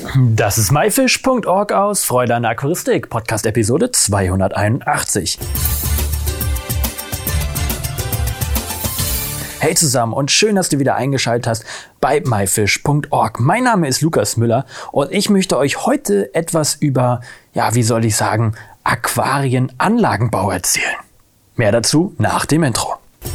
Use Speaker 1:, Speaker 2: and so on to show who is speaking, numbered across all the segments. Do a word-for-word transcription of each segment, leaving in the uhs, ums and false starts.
Speaker 1: Das ist myfish punkt org aus Freude an der Aquaristik, Podcast-Episode zweihunderteinundachtzig. Hey zusammen und schön, dass du wieder eingeschaltet hast bei myfish punkt org. Mein Name ist Lukas Müller und ich möchte euch heute etwas über, ja, wie soll ich sagen, Aquarienanlagenbau erzählen. Mehr dazu nach dem Intro.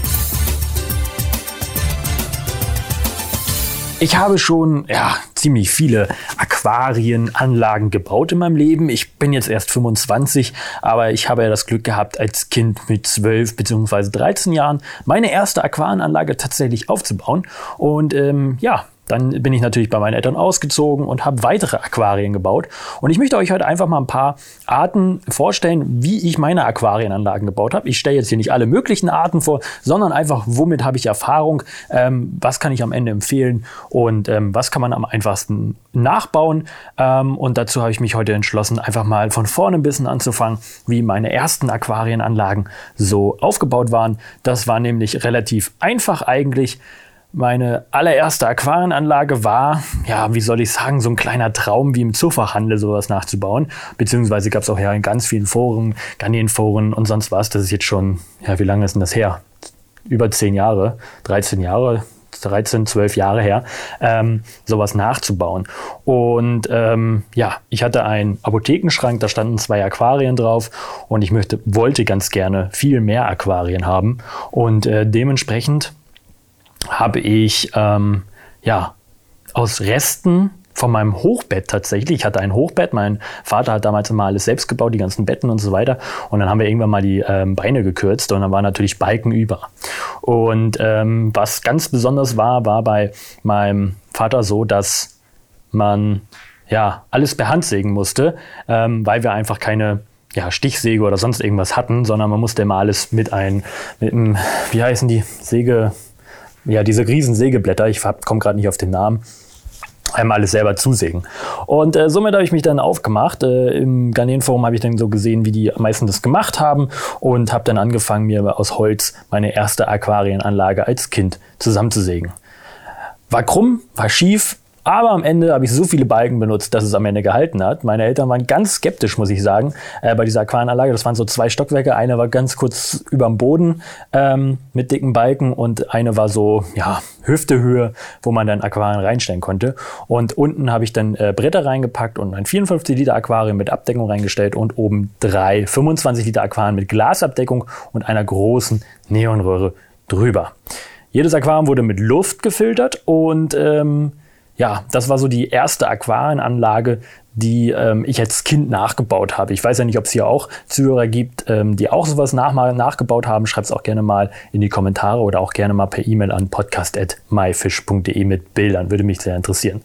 Speaker 1: Ich habe schon ja, ziemlich viele Aquarienanlagen gebaut in meinem Leben. Ich bin jetzt erst fünfundzwanzig, aber ich habe ja das Glück gehabt, als Kind mit zwölf bzw. dreizehn Jahren meine erste Aquarienanlage tatsächlich aufzubauen. Und ähm, ja, dann bin ich natürlich bei meinen Eltern ausgezogen und habe weitere Aquarien gebaut. Und ich möchte euch heute einfach mal ein paar Arten vorstellen, wie ich meine Aquarienanlagen gebaut habe. Ich stelle jetzt hier nicht alle möglichen Arten vor, sondern einfach, womit habe ich Erfahrung, ähm, was kann ich am Ende empfehlen und ähm, was kann man am einfachsten nachbauen. Ähm, und dazu habe ich mich heute entschlossen, einfach mal von vorne ein bisschen anzufangen, wie meine ersten Aquarienanlagen so aufgebaut waren. Das war nämlich relativ einfach eigentlich. Meine allererste Aquarienanlage war, ja, wie soll ich sagen, so ein kleiner Traum wie im Zoofachhandel sowas nachzubauen. Beziehungsweise gab es auch ja in ganz vielen Foren, Garnierenforen und sonst was. Das ist jetzt schon, ja, wie lange ist denn das her? Über zehn Jahre, dreizehn Jahre, dreizehn, zwölf Jahre her, ähm, sowas nachzubauen. Und ähm, ja, ich hatte einen Apothekenschrank, da standen zwei Aquarien drauf und ich möchte, wollte ganz gerne viel mehr Aquarien haben. Und äh, dementsprechend habe ich ähm, ja, aus Resten von meinem Hochbett tatsächlich, ich hatte ein Hochbett, mein Vater hat damals immer alles selbst gebaut, die ganzen Betten und so weiter, und dann haben wir irgendwann mal die ähm, Beine gekürzt und dann waren natürlich Balken über. Und ähm, was ganz besonders war, war bei meinem Vater so, dass man ja alles per Hand sägen musste, ähm, weil wir einfach keine ja, Stichsäge oder sonst irgendwas hatten, sondern man musste immer alles mit einem, mit einem, wie heißen die, Säge... Ja, diese riesen Sägeblätter, ich komme gerade nicht auf den Namen, einmal alles selber zusägen. Und äh, somit habe ich mich dann aufgemacht. Äh, Im Garnierenforum habe ich dann so gesehen, wie die meisten das gemacht haben und habe dann angefangen, mir aus Holz meine erste Aquarienanlage als Kind zusammenzusägen. War krumm, war schief, aber am Ende habe ich so viele Balken benutzt, dass es am Ende gehalten hat. Meine Eltern waren ganz skeptisch, muss ich sagen, äh, bei dieser Aquarienanlage. Das waren so zwei Stockwerke. Eine war ganz kurz überm Boden ähm, mit dicken Balken und eine war so ja Hüftehöhe, wo man dann Aquarien reinstellen konnte. Und unten habe ich dann äh, Bretter reingepackt und ein vierundfünfzig Liter Aquarium mit Abdeckung reingestellt und oben drei fünfundzwanzig Liter Aquarien mit Glasabdeckung und einer großen Neonröhre drüber. Jedes Aquarium wurde mit Luft gefiltert und ähm, ja, das war so die erste Aquarienanlage, die ähm, ich als Kind nachgebaut habe. Ich weiß ja nicht, ob es hier auch Zuhörer gibt, ähm, die auch sowas nach, nachgebaut haben. Schreibt es auch gerne mal in die Kommentare oder auch gerne mal per E-Mail an podcast at myfish punkt de mit Bildern. Würde mich sehr interessieren.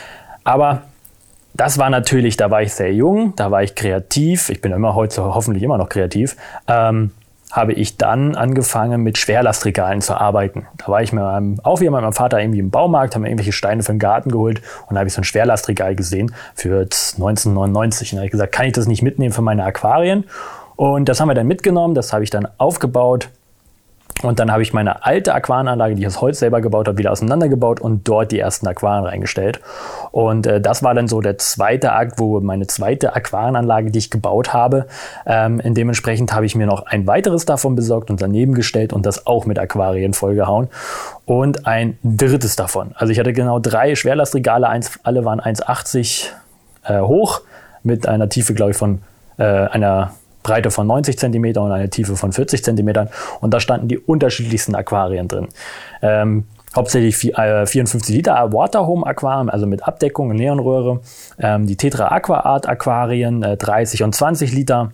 Speaker 1: Aber das war natürlich, da war ich sehr jung, da war ich kreativ. Ich bin immer heute hoffentlich immer noch kreativ. Ähm, habe ich dann angefangen, mit Schwerlastregalen zu arbeiten. Da war ich mit meinem, auch wieder mit meinem Vater irgendwie im Baumarkt, haben mir irgendwelche Steine für den Garten geholt und da habe ich so ein Schwerlastregal gesehen für neunzehnhundertneunundneunzig. Und da habe ich gesagt, kann ich das nicht mitnehmen für meine Aquarien? Und das haben wir dann mitgenommen, das habe ich dann aufgebaut. Und dann habe ich meine alte Aquarienanlage, die ich aus Holz selber gebaut habe, wieder auseinandergebaut und dort die ersten Aquarien reingestellt. Und äh, das war dann so der zweite Akt, wo meine zweite Aquarienanlage, die ich gebaut habe. Ähm, dementsprechend habe ich mir noch ein weiteres davon besorgt und daneben gestellt und das auch mit Aquarien vollgehauen. Und ein drittes davon. Also ich hatte genau drei Schwerlastregale, eins, alle waren eins Komma achtzig äh, hoch mit einer Tiefe, glaube ich, von äh, einer Breite von neunzig Zentimeter und eine Tiefe von vierzig Zentimeter. Und da standen die unterschiedlichsten Aquarien drin. Ähm, hauptsächlich vierundfünfzig Liter Waterhome Aquarium, also mit Abdeckung und Neonröhre. Ähm, die Tetra Aqua Art Aquarien, äh, dreißig und zwanzig Liter.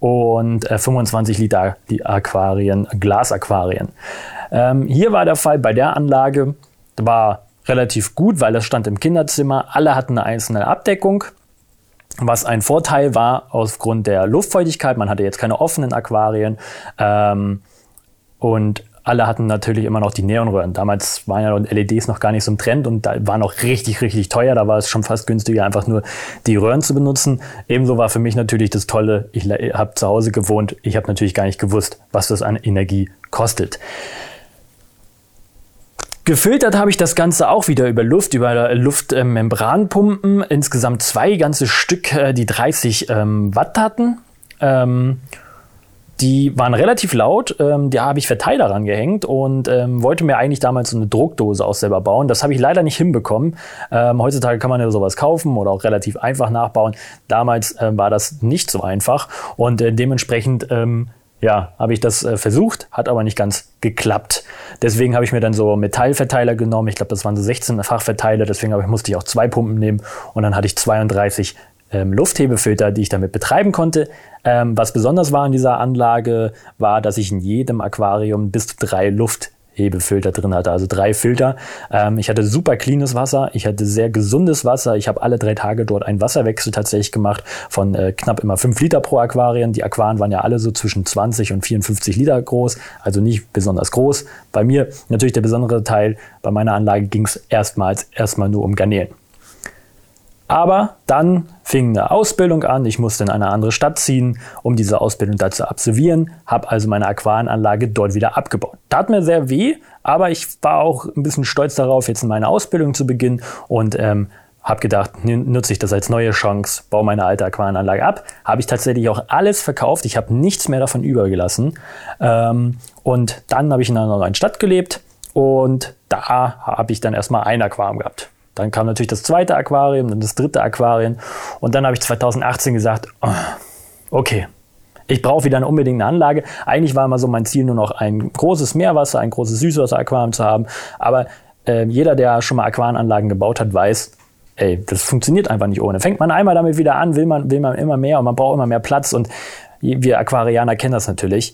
Speaker 1: Und äh, fünfundzwanzig Liter die Aquarien, Glasaquarien. Ähm, hier war der Fall bei der Anlage, war relativ gut, weil das stand im Kinderzimmer. Alle hatten eine einzelne Abdeckung. Was ein Vorteil war aufgrund der Luftfeuchtigkeit. Man hatte jetzt keine offenen Aquarien ähm, und alle hatten natürlich immer noch die Neonröhren. Damals waren ja L E Ds noch gar nicht so im Trend und da war noch richtig, richtig teuer. Da war es schon fast günstiger, einfach nur die Röhren zu benutzen. Ebenso war für mich natürlich das Tolle, ich habe zu Hause gewohnt. Ich habe natürlich gar nicht gewusst, was das an Energie kostet. Gefiltert habe ich das Ganze auch wieder über Luft, über Luftmembranpumpen. Äh, Insgesamt zwei ganze Stück, äh, die dreißig ähm, Watt hatten. Ähm, die waren relativ laut. Ähm, da habe ich Verteiler rangehängt und ähm, wollte mir eigentlich damals so eine Druckdose auch selber bauen. Das habe ich leider nicht hinbekommen. Ähm, heutzutage kann man ja sowas kaufen oder auch relativ einfach nachbauen. Damals äh, war das nicht so einfach und äh, dementsprechend ähm, Ja, habe ich das äh, versucht, hat aber nicht ganz geklappt. Deswegen habe ich mir dann so Metallverteiler genommen. Ich glaube, das waren so sechzehn-fach Verteiler. Deswegen ich, musste ich auch zwei Pumpen nehmen. Und dann hatte ich zweiunddreißig ähm, Lufthebefilter, die ich damit betreiben konnte. Ähm, was besonders war in dieser Anlage, war, dass ich in jedem Aquarium bis zu drei Lufthebefilter drin hatte, also drei Filter. Ähm, ich hatte super cleanes Wasser, ich hatte sehr gesundes Wasser. Ich habe alle drei Tage dort einen Wasserwechsel tatsächlich gemacht von äh, knapp immer fünf Liter pro Aquarien. Die Aquarien waren ja alle so zwischen zwanzig und vierundfünfzig Liter groß, also nicht besonders groß. Bei mir natürlich der besondere Teil, bei meiner Anlage ging es erstmals erstmal nur um Garnelen. Aber dann fing eine Ausbildung an. Ich musste in eine andere Stadt ziehen, um diese Ausbildung da zu absolvieren. Habe also meine Aquarienanlage dort wieder abgebaut. Tat mir sehr weh, aber ich war auch ein bisschen stolz darauf, jetzt meine Ausbildung zu beginnen und ähm, habe gedacht, nutze ich das als neue Chance, baue meine alte Aquarienanlage ab. Habe ich tatsächlich auch alles verkauft. Ich habe nichts mehr davon übergelassen. Ähm, und dann habe ich in einer neuen Stadt gelebt und da habe ich dann erstmal ein Aquarium gehabt. Dann kam natürlich das zweite Aquarium, dann das dritte Aquarium. Und dann habe ich zweitausendachtzehn gesagt, oh, okay, ich brauche wieder eine unbedingt eine Anlage. Eigentlich war immer so mein Ziel, nur noch ein großes Meerwasser, ein großes Süßwasser-Aquarium zu haben. Aber äh, jeder, der schon mal Aquarienanlagen gebaut hat, weiß, ey, das funktioniert einfach nicht ohne. Fängt man einmal damit wieder an, will man, will man immer mehr und man braucht immer mehr Platz. Und wir Aquarianer kennen das natürlich.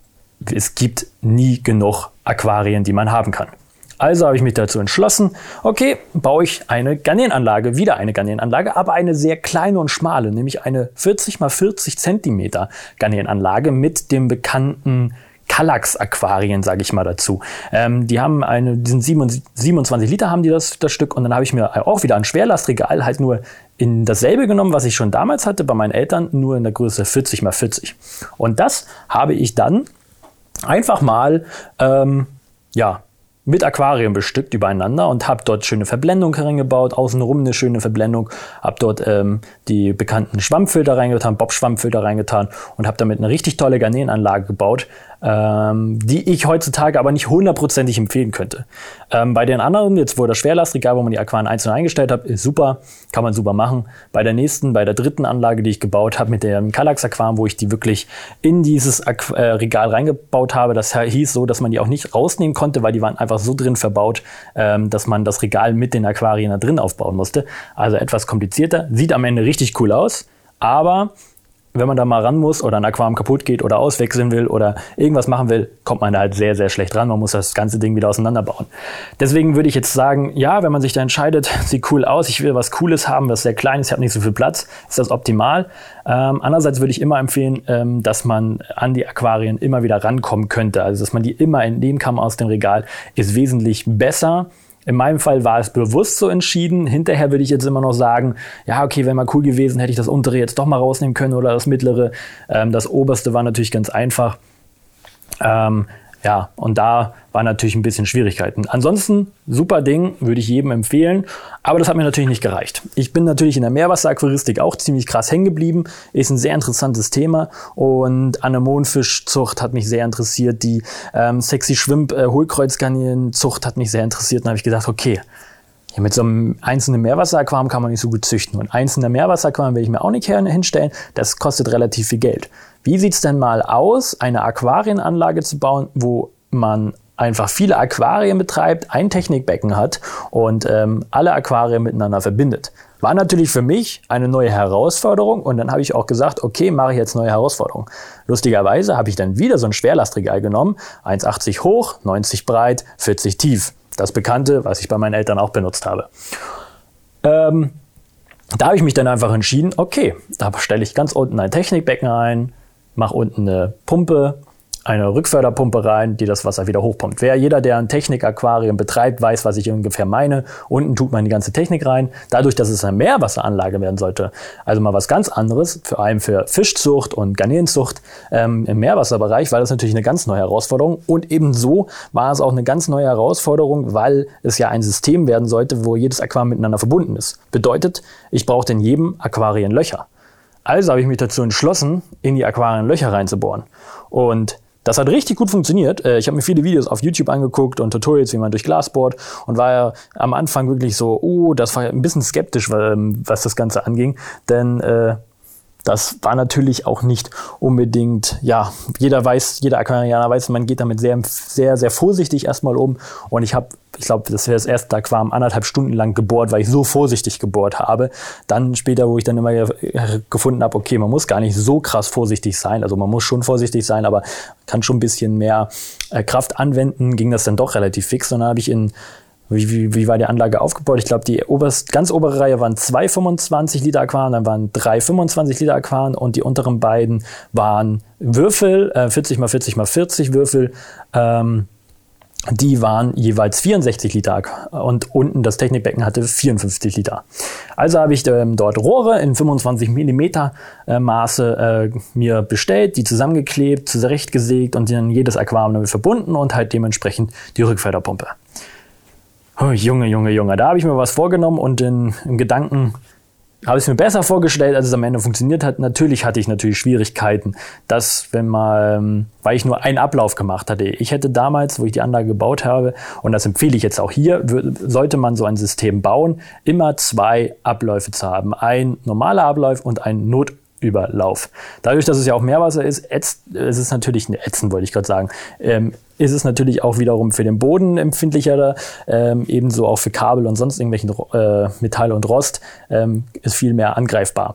Speaker 1: Es gibt nie genug Aquarien, die man haben kann. Also habe ich mich dazu entschlossen, okay, baue ich eine Garnelenanlage, wieder eine Garnelenanlage, aber eine sehr kleine und schmale, nämlich eine vierzig mal vierzig Zentimeter Garnelenanlage mit dem bekannten Kallax-Aquarien, sage ich mal dazu. Ähm, die haben eine, die sind siebenundzwanzig Liter haben die das, das Stück und dann habe ich mir auch wieder ein Schwerlastregal halt nur in dasselbe genommen, was ich schon damals hatte bei meinen Eltern, nur in der Größe vierzig mal vierzig. Und das habe ich dann einfach mal, ähm, ja, mit Aquarien bestückt übereinander und habe dort schöne Verblendung reingebaut, außenrum eine schöne Verblendung, habe dort ähm, die bekannten Schwammfilter reingetan, Bob-Schwammfilter reingetan und habe damit eine richtig tolle Garnelenanlage gebaut, ähm, die ich heutzutage aber nicht hundertprozentig empfehlen könnte. Ähm, bei den anderen, jetzt wo das Schwerlastregal, wo man die Aquarien einzeln eingestellt hat, ist super, kann man super machen. Bei der nächsten, bei der dritten Anlage, die ich gebaut habe mit dem Kallax-Aquarium, wo ich die wirklich in dieses Aqu- äh, Regal reingebaut habe, das hieß so, dass man die auch nicht rausnehmen konnte, weil die waren einfach so drin verbaut, ähm, dass man das Regal mit den Aquarien da drin aufbauen musste. Also etwas komplizierter, sieht am Ende richtig cool aus, aber wenn man da mal ran muss oder ein Aquarium kaputt geht oder auswechseln will oder irgendwas machen will, kommt man da halt sehr, sehr schlecht ran. Man muss das ganze Ding wieder auseinanderbauen. Deswegen würde ich jetzt sagen, ja, wenn man sich da entscheidet, sieht cool aus, ich will was Cooles haben, was sehr klein ist, ich habe nicht so viel Platz, ist das optimal. Ähm, andererseits würde ich immer empfehlen, ähm, dass man an die Aquarien immer wieder rankommen könnte. Also, dass man die immer entnehmen kann aus dem Regal, ist wesentlich besser. In meinem Fall war es bewusst so entschieden. Hinterher würde ich jetzt immer noch sagen, ja, okay, wäre mal cool gewesen, hätte ich das untere jetzt doch mal rausnehmen können oder das mittlere. Ähm, das oberste war natürlich ganz einfach. Ähm, ja, und da war natürlich ein bisschen Schwierigkeiten. Ansonsten, super Ding, würde ich jedem empfehlen. Aber das hat mir natürlich nicht gereicht. Ich bin natürlich in der Meerwasseraquaristik auch ziemlich krass hängen geblieben. Ist ein sehr interessantes Thema. Und Anemonenfischzucht hat mich sehr interessiert. Die ähm, sexy Schwimp-Hohlkreuzgarnelenzucht hat mich sehr interessiert. Und habe ich gedacht, okay, ja, mit so einem einzelnen Meerwasseraquarium kann man nicht so gut züchten. Und einzelne Meerwasseraquarium will ich mir auch nicht hinstellen. Das kostet relativ viel Geld. Wie sieht's denn mal aus, eine Aquarienanlage zu bauen, wo man einfach viele Aquarien betreibt, ein Technikbecken hat und ähm, alle Aquarien miteinander verbindet? War natürlich für mich eine neue Herausforderung und dann habe ich auch gesagt, okay, mache ich jetzt neue Herausforderung. Lustigerweise habe ich dann wieder so ein Schwerlastregal genommen, eins Komma achtzig hoch, neunzig breit, vierzig tief. Das Bekannte, was ich bei meinen Eltern auch benutzt habe. Ähm, da habe ich mich dann einfach entschieden, okay, da stelle ich ganz unten ein Technikbecken ein, mache unten eine Pumpe, eine Rückförderpumpe rein, die das Wasser wieder hochpumpt. Wer, jeder, der ein Technik-Aquarium betreibt, weiß, was ich ungefähr meine. Unten tut man die ganze Technik rein. Dadurch, dass es eine Meerwasseranlage werden sollte, also mal was ganz anderes, vor allem für Fischzucht und Garnelenzucht ähm, im Meerwasserbereich, war das natürlich eine ganz neue Herausforderung. Und ebenso war es auch eine ganz neue Herausforderung, weil es ja ein System werden sollte, wo jedes Aquarium miteinander verbunden ist. Bedeutet, ich brauchte in jedem Aquarium Löcher. Also habe ich mich dazu entschlossen, in die Aquarien Löcher reinzubohren. Und das hat richtig gut funktioniert. Ich habe mir viele Videos auf YouTube angeguckt und Tutorials, wie man durch Glas bohrt, und war ja am Anfang wirklich so, oh, das war ein bisschen skeptisch, was das Ganze anging. Denn äh, das war natürlich auch nicht unbedingt, ja, jeder weiß, jeder Aquarianer weiß, man geht damit sehr, sehr, sehr vorsichtig erstmal um. Und ich habe, ich glaube, das wäre das erste Aquarium anderthalb Stunden lang gebohrt, weil ich so vorsichtig gebohrt habe. Dann später, wo ich dann immer gefunden habe, okay, man muss gar nicht so krass vorsichtig sein. Also man muss schon vorsichtig sein, aber kann schon ein bisschen mehr äh, Kraft anwenden, ging das dann doch relativ fix. Und dann habe ich in Wie, wie, wie war die Anlage aufgebaut? Ich glaube, die oberst, ganz obere Reihe waren zwei fünfundzwanzig Liter Aquarien, dann waren drei fünfundzwanzig Liter Aquarien und die unteren beiden waren Würfel, äh, vierzig mal vierzig mal vierzig Würfel. Ähm, die waren jeweils vierundsechzig Liter und unten das Technikbecken hatte vierundfünfzig Liter. Also habe ich ähm, dort Rohre in fünfundzwanzig Millimeter äh, Maße äh, mir bestellt, die zusammengeklebt, zurechtgesägt und dann jedes Aquarium damit verbunden und halt dementsprechend die Rückförderpumpe. Oh, Junge, Junge, Junge, da habe ich mir was vorgenommen und in, in Gedanken habe ich es mir besser vorgestellt, als es am Ende funktioniert hat. Natürlich hatte ich natürlich Schwierigkeiten, dass, wenn mal, weil ich nur einen Ablauf gemacht hatte. Ich hätte damals, wo ich die Anlage gebaut habe, und das empfehle ich jetzt auch hier, sollte man so ein System bauen, immer zwei Abläufe zu haben. Ein normaler Ablauf und ein Notüberlauf. Dadurch, dass es ja auch Meerwasser ist, ätzt, es ist natürlich, ne, ätzend wollte ich gerade sagen, ähm, ist es natürlich auch wiederum für den Boden empfindlicher, ähm, ebenso auch für Kabel und sonst irgendwelchen äh, Metall und Rost, ähm, ist viel mehr angreifbar.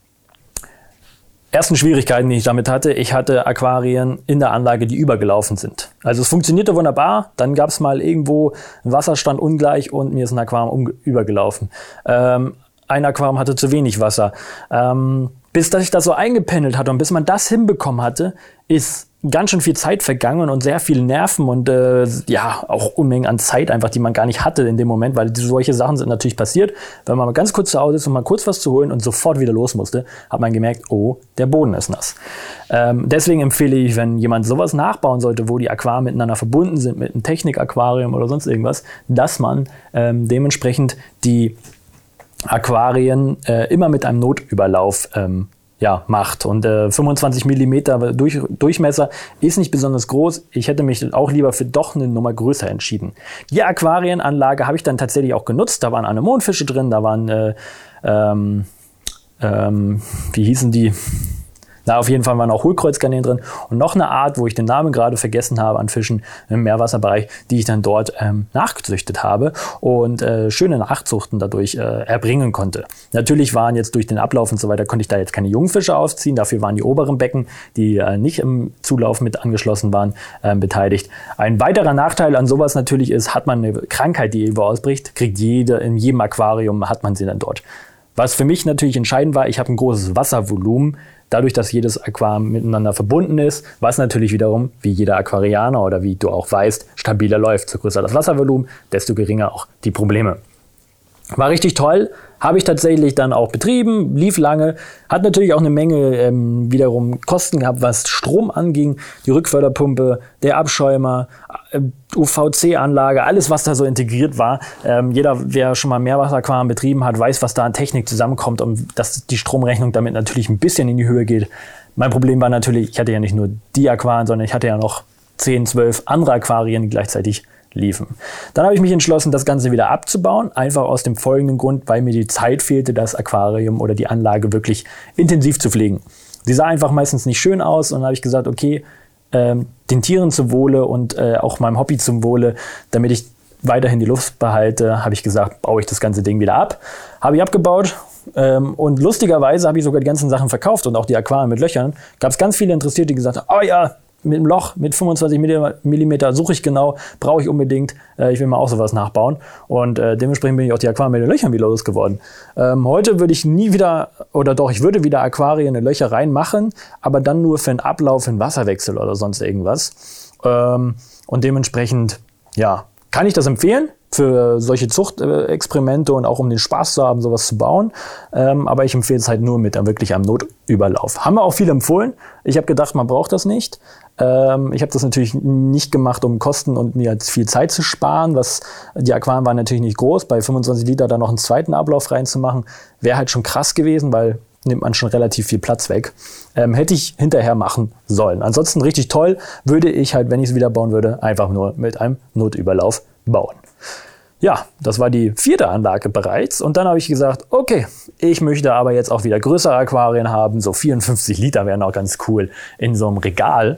Speaker 1: Ersten Schwierigkeiten, die ich damit hatte, ich hatte Aquarien in der Anlage, die übergelaufen sind. Also es funktionierte wunderbar, dann gab es mal irgendwo einen Wasserstand ungleich und mir ist ein Aquarium um, übergelaufen. Ähm, ein Aquarium hatte zu wenig Wasser. Ähm, bis dass ich das so eingependelt hatte und bis man das hinbekommen hatte, ist ganz schön viel Zeit vergangen und sehr viel Nerven und äh, ja, auch Unmengen an Zeit einfach, die man gar nicht hatte in dem Moment, weil solche Sachen sind natürlich passiert. Wenn man mal ganz kurz zu Hause ist, um mal kurz was zu holen und sofort wieder los musste, hat man gemerkt, oh, der Boden ist nass. Ähm, deswegen empfehle ich, wenn jemand sowas nachbauen sollte, wo die Aquarien miteinander verbunden sind, mit einem Technik-Aquarium oder sonst irgendwas, dass man ähm, dementsprechend die Aquarien äh, immer mit einem Notüberlauf ähm, ja, macht. Und äh, fünfundzwanzig Millimeter durch, Durchmesser ist nicht besonders groß. Ich hätte mich auch lieber für doch eine Nummer größer entschieden. Die Aquarienanlage habe ich dann tatsächlich auch genutzt. Da waren Anemonenfische drin, da waren, äh, ähm, ähm, wie hießen die? Na, auf jeden Fall waren auch Hohlkreuzgarnelen drin und noch eine Art, wo ich den Namen gerade vergessen habe, an Fischen im Meerwasserbereich, die ich dann dort ähm, nachgezüchtet habe und äh, schöne Nachzuchten dadurch äh, erbringen konnte. Natürlich waren jetzt durch den Ablauf und so weiter, konnte ich da jetzt keine Jungfische aufziehen, dafür waren die oberen Becken, die äh, nicht im Zulauf mit angeschlossen waren, äh, beteiligt. Ein weiterer Nachteil an sowas natürlich ist, hat man eine Krankheit, die irgendwo ausbricht, kriegt jede, in jedem Aquarium hat man sie dann dort. Was für mich natürlich entscheidend war, ich habe ein großes Wasservolumen, dadurch, dass jedes Aquarium miteinander verbunden ist, was natürlich wiederum, wie jeder Aquarianer oder wie du auch weißt, stabiler läuft. So größer das Wasservolumen, desto geringer auch die Probleme. War richtig toll, habe ich tatsächlich dann auch betrieben, lief lange, hat natürlich auch eine Menge ähm, wiederum Kosten gehabt, was Strom anging, die Rückförderpumpe, der Abschäumer, äh, U V C-Anlage, alles was da so integriert war. Ähm, jeder, wer schon mal Meerwasseraquarien betrieben hat, weiß, was da an Technik zusammenkommt und dass die Stromrechnung damit natürlich ein bisschen in die Höhe geht. Mein Problem war natürlich, ich hatte ja nicht nur die Aquarien, sondern ich hatte ja noch zehn, zwölf andere Aquarien, die gleichzeitig liefen. Dann habe ich mich entschlossen, das Ganze wieder abzubauen, einfach aus dem folgenden Grund, weil mir die Zeit fehlte, das Aquarium oder die Anlage wirklich intensiv zu pflegen. Sie sah einfach meistens nicht schön aus und dann habe ich gesagt, okay, ähm, den Tieren zum Wohle und äh, auch meinem Hobby zum Wohle, damit ich weiterhin die Luft behalte, habe ich gesagt, baue ich das ganze Ding wieder ab. Habe ich abgebaut ähm, und lustigerweise habe ich sogar die ganzen Sachen verkauft und auch die Aquarien mit Löchern. Gab es ganz viele Interessierte, die gesagt haben, oh ja, mit dem Loch mit fünfundzwanzig Millimeter suche ich genau, brauche ich unbedingt. Äh, ich will mal auch sowas nachbauen. Und äh, dementsprechend bin ich auch die Aquarien mit den Löchern wieder losgeworden. Ähm, heute würde ich nie wieder, oder doch, ich würde wieder Aquarien in Löcher reinmachen, aber dann nur für einen Ablauf, für einen Wasserwechsel oder sonst irgendwas. Ähm, und dementsprechend, ja, kann ich das empfehlen für solche Zuchtexperimente und auch um den Spaß zu haben, sowas zu bauen. Ähm, aber ich empfehle es halt nur mit einem wirklich einem Notüberlauf. Haben wir auch viel empfohlen. Ich habe gedacht, man braucht das nicht. Ähm, ich habe das natürlich nicht gemacht, um Kosten und mir viel Zeit zu sparen. Was, die Aquarien waren natürlich nicht groß. Bei fünfundzwanzig Liter da noch einen zweiten Ablauf reinzumachen, wäre halt schon krass gewesen, weil nimmt man schon relativ viel Platz weg. Ähm, hätte ich hinterher machen sollen. Ansonsten richtig toll, würde ich halt, wenn ich es wieder bauen würde, einfach nur mit einem Notüberlauf bauen. Ja, das war die vierte Anlage bereits. Und dann habe ich gesagt, okay, ich möchte aber jetzt auch wieder größere Aquarien haben. So vierundfünfzig Liter wären auch ganz cool in so einem Regal.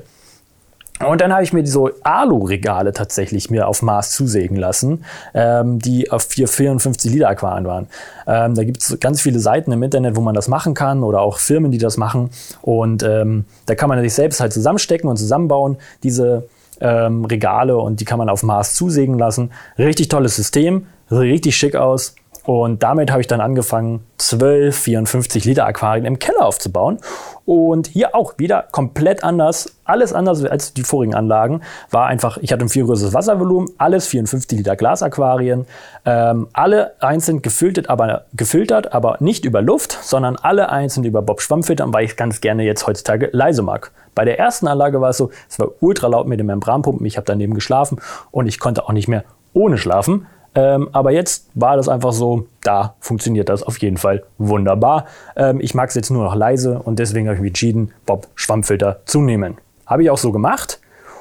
Speaker 1: Und dann habe ich mir so Alu-Regale tatsächlich mir auf Maß zusägen lassen, ähm, die auf vierundfünfzig Liter Aquarien waren. Ähm, da gibt es ganz viele Seiten im Internet, wo man das machen kann oder auch Firmen, die das machen. Und ähm, da kann man sich selbst halt zusammenstecken und zusammenbauen, diese ähm, Regale, und die kann man auf Maß zusägen lassen. Richtig tolles System, richtig schick aus. Und damit habe ich dann angefangen, zwölf vierundfünfzig Liter Aquarien im Keller aufzubauen. Und hier auch wieder komplett anders. Alles anders als die vorigen Anlagen. War einfach, ich hatte ein viel größeres Wasservolumen, alles vierundfünfzig Liter Glasaquarien. Ähm, alle einzeln gefiltert aber, gefiltert, aber nicht über Luft, sondern alle einzeln über Bob-Schwammfiltern, weil ich es ganz gerne jetzt heutzutage leise mag. Bei der ersten Anlage war es so, es war ultra laut mit den Membranpumpen. Ich habe daneben geschlafen und ich konnte auch nicht mehr ohne schlafen. Ähm, aber jetzt war das einfach so, da funktioniert das auf jeden Fall wunderbar. Ähm, ich mag es jetzt nur noch leise und deswegen habe ich mich entschieden, Bob-Schwammfilter zu nehmen. Habe ich auch so gemacht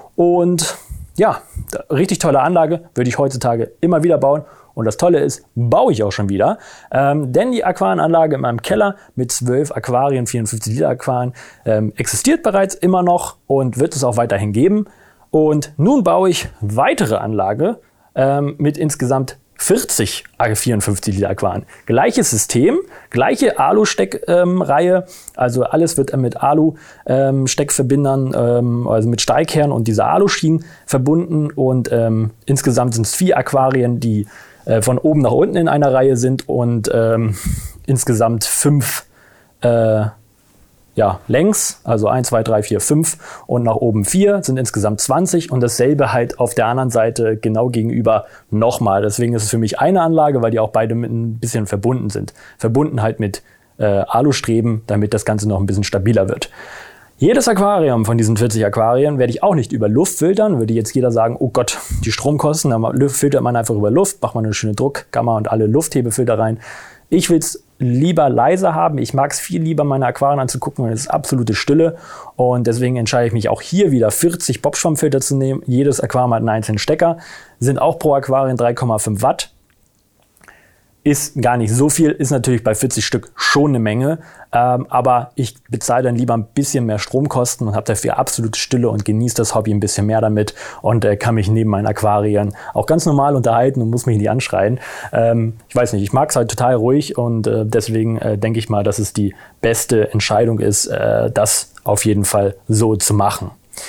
Speaker 1: und ja, richtig tolle Anlage, würde ich heutzutage immer wieder bauen. Und das Tolle ist, baue ich auch schon wieder, ähm, denn die Aquarienanlage in meinem Keller mit zwölf Aquarien, vierundfünfzig Liter Aquarien, ähm, existiert bereits immer noch und wird es auch weiterhin geben. Und nun baue ich weitere Anlage ähm, mit insgesamt vierzig vierundfünfzig Liter Aquarien. Gleiches System, gleiche Alu-Steckreihe, ähm, also alles wird mit Alu-Steckverbindern, ähm, also mit Steigherren und dieser Aluschienen verbunden und ähm, insgesamt sind es vier Aquarien, die äh, von oben nach unten in einer Reihe sind und ähm, insgesamt fünf äh, ja, längs, also eins, zwei, drei, vier, fünf und nach oben vier, sind insgesamt zwanzig und dasselbe halt auf der anderen Seite genau gegenüber nochmal. Deswegen ist es für mich eine Anlage, weil die auch beide mit ein bisschen verbunden sind. Verbunden halt mit äh, Alustreben, damit das Ganze noch ein bisschen stabiler wird. Jedes Aquarium von diesen vierzig Aquarien werde ich auch nicht über Luft filtern. Würde jetzt jeder sagen, oh Gott, die Stromkosten, dann filtert man einfach über Luft, macht man eine schöne Druckkammer und alle Lufthebefilter rein. Ich will es lieber leiser haben. Ich mag es viel lieber, meine Aquarien anzugucken, weil es ist absolute Stille. Und deswegen entscheide ich mich auch hier wieder vierzig Bob-Schwammfilter zu nehmen. Jedes Aquarium hat einen einzelnen Stecker. Sind auch pro Aquarium drei Komma fünf Watt. Ist gar nicht so viel, ist natürlich bei vierzig Stück schon eine Menge. Ähm, aber ich bezahle dann lieber ein bisschen mehr Stromkosten und habe dafür absolute Stille und genieße das Hobby ein bisschen mehr damit und äh, kann mich neben meinen Aquarien auch ganz normal unterhalten und muss mich nicht anschreien. Ähm, ich weiß nicht, ich mag es halt total ruhig und äh, deswegen äh, denke ich mal, dass es die beste Entscheidung ist, äh, das auf jeden Fall so zu machen.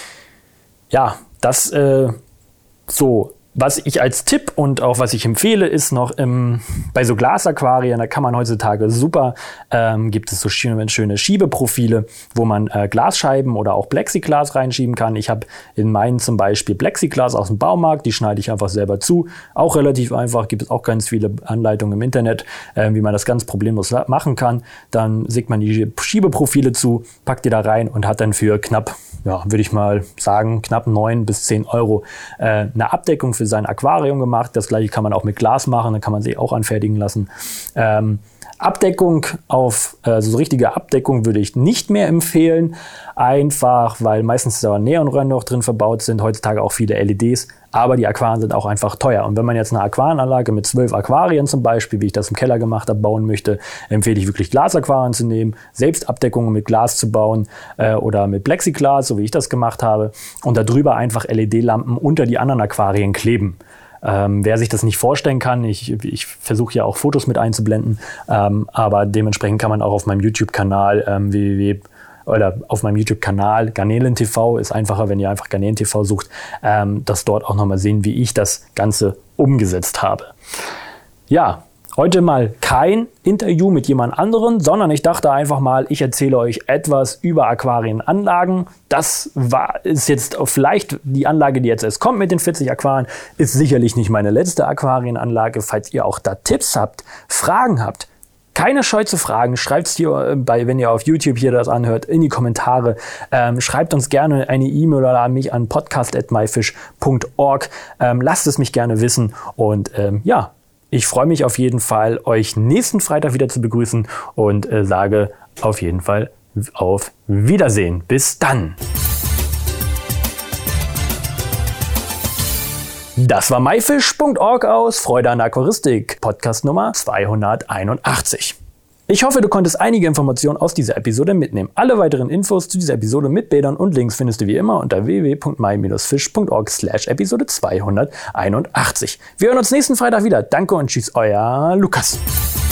Speaker 1: Ja, das äh, so. Was ich als Tipp und auch was ich empfehle, ist noch im, bei so Glasaquarien, da kann man heutzutage super, ähm, gibt es so schöne, schöne Schiebeprofile, wo man äh, Glasscheiben oder auch Plexiglas reinschieben kann. Ich habe in meinen zum Beispiel Plexiglas aus dem Baumarkt, die schneide ich einfach selber zu. Auch relativ einfach, gibt es auch ganz viele Anleitungen im Internet, äh, wie man das ganz problemlos machen kann. Dann sägt man die Schiebeprofile zu, packt die da rein und hat dann für knapp, ja, würde ich mal sagen, knapp neun bis zehn Euro äh, eine Abdeckung für sein Aquarium gemacht. Das gleiche kann man auch mit Glas machen, dann kann man sie auch anfertigen lassen. Ähm, Abdeckung auf, also so richtige Abdeckung würde ich nicht mehr empfehlen, einfach weil meistens da Neonröhren noch drin verbaut sind, heutzutage auch viele L E Ds, aber die Aquarien sind auch einfach teuer. Und wenn man jetzt eine Aquarienanlage mit zwölf Aquarien zum Beispiel, wie ich das im Keller gemacht habe, bauen möchte, empfehle ich wirklich Glasaquarien zu nehmen, selbst Abdeckungen mit Glas zu bauen äh, oder mit Plexiglas, so wie ich das gemacht habe, und darüber einfach L E D-Lampen unter die anderen Aquarien kleben. Ähm, wer sich das nicht vorstellen kann, ich, ich versuche ja auch Fotos mit einzublenden, ähm, aber dementsprechend kann man auch auf meinem YouTube-Kanal ähm, w w w punkt oder auf meinem YouTube-Kanal Garnelen T V, ist einfacher, wenn ihr einfach Garnelen T V sucht, ähm, das dort auch nochmal sehen, wie ich das Ganze umgesetzt habe. Ja, heute mal kein Interview mit jemand anderen, sondern ich dachte einfach mal, ich erzähle euch etwas über Aquarienanlagen. Das war, ist jetzt vielleicht die Anlage, die jetzt erst kommt mit den vierzig Aquarien, ist sicherlich nicht meine letzte Aquarienanlage. Falls ihr auch da Tipps habt, Fragen habt, keine Scheu zu fragen, schreibt es hier, bei, wenn ihr auf YouTube hier das anhört, in die Kommentare. Ähm, schreibt uns gerne eine E-Mail oder an mich an podcast at myfish punkt org. Ähm, lasst es mich gerne wissen und ähm, ja, ich freue mich auf jeden Fall, euch nächsten Freitag wieder zu begrüßen und äh, sage auf jeden Fall auf Wiedersehen. Bis dann! Das war myfish punkt org aus Freude an der Aquaristik, Podcast Nummer zweihunderteinundachtzig. Ich hoffe, du konntest einige Informationen aus dieser Episode mitnehmen. Alle weiteren Infos zu dieser Episode mit Bildern und Links findest du wie immer unter w w w punkt my fish punkt org slash Episode zweihunderteinundachtzig. Wir hören uns nächsten Freitag wieder. Danke und tschüss, euer Lukas.